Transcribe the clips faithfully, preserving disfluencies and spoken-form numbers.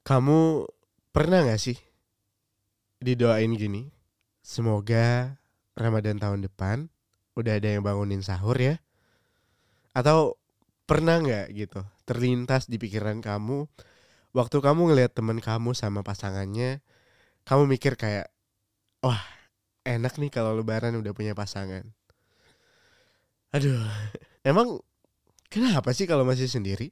Kamu pernah gak sih didoain gini? Semoga Ramadan tahun depan udah ada yang bangunin sahur ya. Atau pernah gak gitu terlintas di pikiran kamu waktu kamu ngelihat teman kamu sama pasangannya, kamu mikir kayak, wah enak nih kalau lebaran udah punya pasangan. Aduh, emang kenapa sih kalau masih sendiri?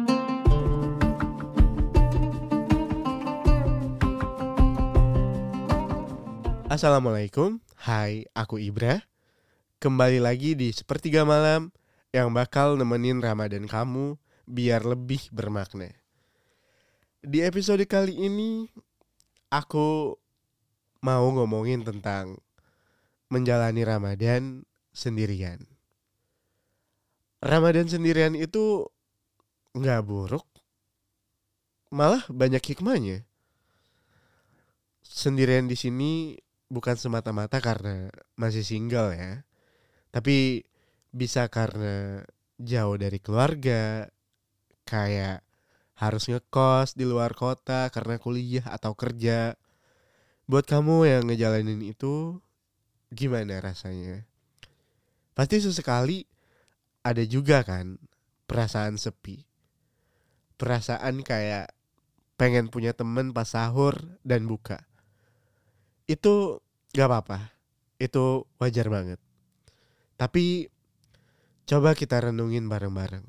Assalamualaikum, hai aku Ibra. Kembali lagi di Sepertiga Malam yang bakal nemenin Ramadan kamu biar lebih bermakna. Di episode kali ini aku mau ngomongin tentang menjalani Ramadan sendirian. Ramadan sendirian itu nggak buruk, malah banyak hikmahnya. Sendirian di sini bukan semata-mata karena masih single ya, tapi bisa karena jauh dari keluarga, kayak harus ngekos di luar kota karena kuliah atau kerja. Buat kamu yang ngejalanin itu, gimana rasanya? Pasti sesekali ada juga kan perasaan sepi. Perasaan kayak pengen punya temen pas sahur dan buka. Itu gak apa-apa. Itu wajar banget. Tapi coba kita renungin bareng-bareng.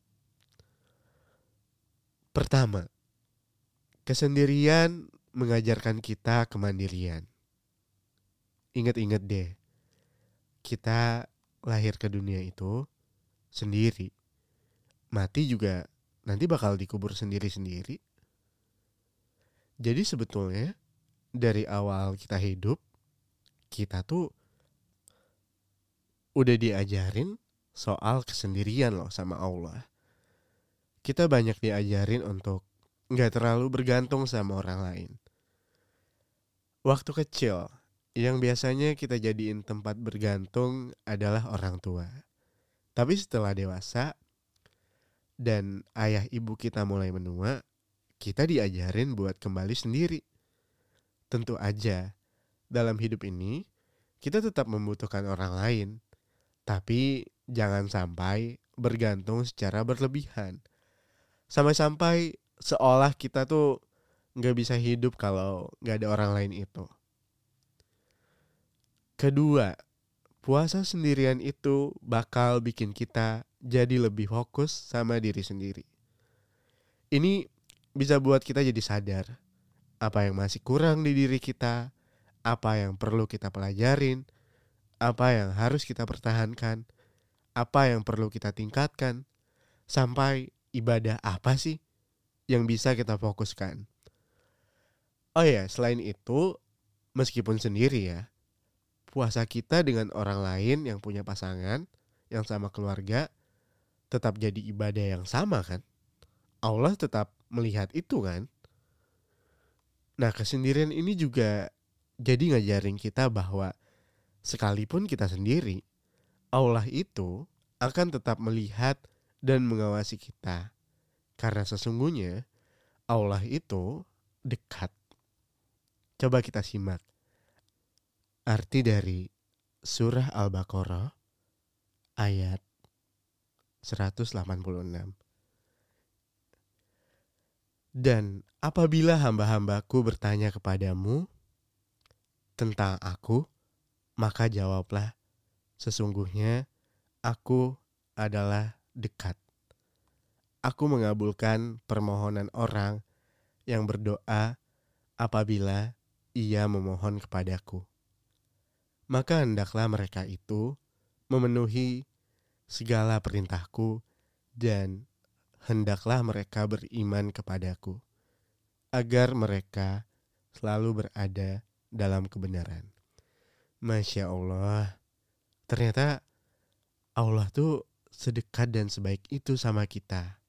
Pertama, kesendirian mengajarkan kita kemandirian. Ingat-ingat deh, kita lahir ke dunia itu sendiri. Mati juga nanti bakal dikubur sendiri-sendiri. Jadi sebetulnya dari awal kita hidup, kita tuh udah diajarin soal kesendirian loh sama Allah. Kita banyak diajarin untuk gak terlalu bergantung sama orang lain. Waktu kecil, yang biasanya kita jadiin tempat bergantung adalah orang tua. Tapi setelah dewasa dan ayah ibu kita mulai menua, kita diajarin buat kembali sendiri. Tentu aja, dalam hidup ini, kita tetap membutuhkan orang lain. Tapi jangan sampai bergantung secara berlebihan. Sampai-sampai seolah kita tuh gak bisa hidup kalau gak ada orang lain itu. Kedua, puasa sendirian itu bakal bikin kita jadi lebih fokus sama diri sendiri. Ini bisa buat kita jadi sadar apa yang masih kurang di diri kita, apa yang perlu kita pelajarin, apa yang harus kita pertahankan, apa yang perlu kita tingkatkan, sampai ibadah apa sih yang bisa kita fokuskan. Oh ya, selain itu, meskipun sendiri ya, puasa kita dengan orang lain yang punya pasangan, yang sama keluarga, tetap jadi ibadah yang sama kan? Allah tetap melihat itu kan? Nah, kesendirian ini juga jadi ngajarin kita bahwa sekalipun kita sendiri, Allah itu akan tetap melihat dan mengawasi kita. Karena sesungguhnya Allah itu dekat. Coba kita simak arti dari surah Al-Baqarah ayat seratus delapan puluh enam. Dan apabila hamba-hambaku bertanya kepadamu tentang aku, maka jawablah, sesungguhnya aku adalah dekat. Aku mengabulkan permohonan orang yang berdoa apabila ia memohon kepadaku. Maka hendaklah mereka itu memenuhi segala perintahku dan hendaklah mereka beriman kepadaku, agar mereka selalu berada dalam kebenaran. Masya Allah, ternyata Allah tuh sedekat dan sebaik itu sama kita.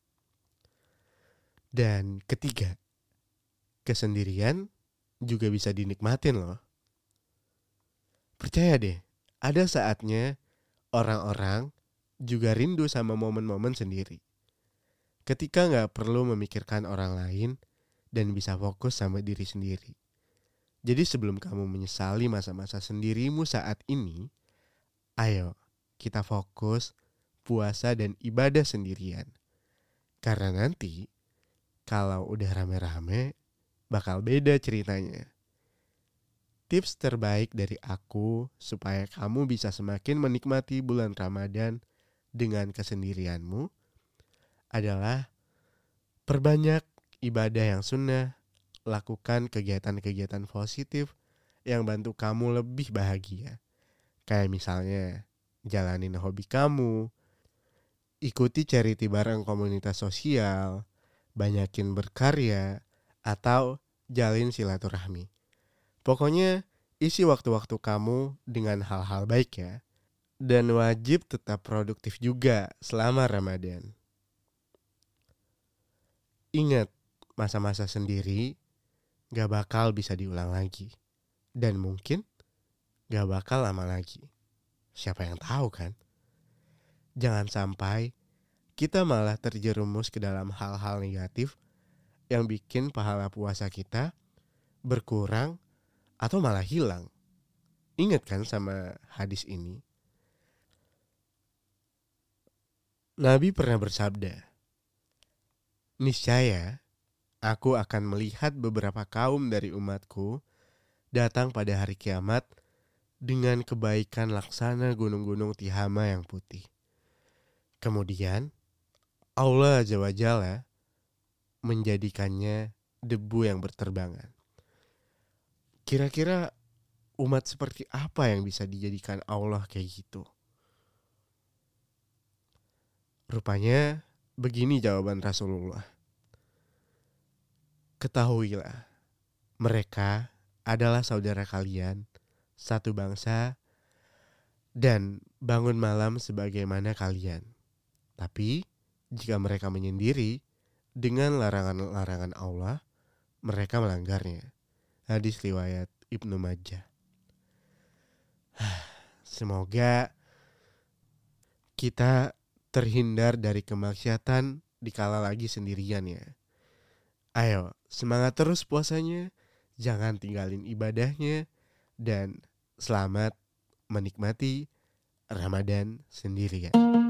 Dan ketiga, kesendirian juga bisa dinikmatin loh. Percaya deh, ada saatnya orang-orang juga rindu sama momen-momen sendiri. Ketika gak perlu memikirkan orang lain dan bisa fokus sama diri sendiri. Jadi sebelum kamu menyesali masa-masa sendirimu saat ini, ayo kita fokus puasa dan ibadah sendirian. Karena nanti kalau udah rame-rame bakal beda ceritanya. Tips terbaik dari aku supaya kamu bisa semakin menikmati bulan Ramadan dengan kesendirianmu adalah perbanyak ibadah yang sunnah, lakukan kegiatan-kegiatan positif yang bantu kamu lebih bahagia. Kayak misalnya jalanin hobi kamu, ikuti charity bareng komunitas sosial, banyakin berkarya, atau jalin silaturahmi. Pokoknya isi waktu-waktu kamu dengan hal-hal baik ya. Dan wajib tetap produktif juga selama Ramadan. Ingat, masa-masa sendiri gak bakal bisa diulang lagi. Dan mungkin gak bakal lama lagi. Siapa yang tahu kan? Jangan sampai kita malah terjerumus ke dalam hal-hal negatif yang bikin pahala puasa kita berkurang atau malah hilang. Ingat kan sama hadis ini? Nabi pernah bersabda, niscaya aku akan melihat beberapa kaum dari umatku datang pada hari kiamat dengan kebaikan laksana gunung-gunung Tihama yang putih. Kemudian Allah Azza wa Jalla menjadikannya debu yang berterbangan. Kira-kira umat seperti apa yang bisa dijadikan Allah kayak gitu? Rupanya begini jawaban Rasulullah. Ketahuilah, mereka adalah saudara kalian, satu bangsa, dan bangun malam sebagaimana kalian. Tapi jika mereka menyendiri dengan larangan-larangan Allah, mereka melanggarnya. Hadis riwayat Ibnu Majah. Semoga kita terhindar dari kemaksiatan dikala lagi sendirian ya. Ayo, semangat terus puasanya, jangan tinggalin ibadahnya, dan selamat menikmati Ramadan sendirian.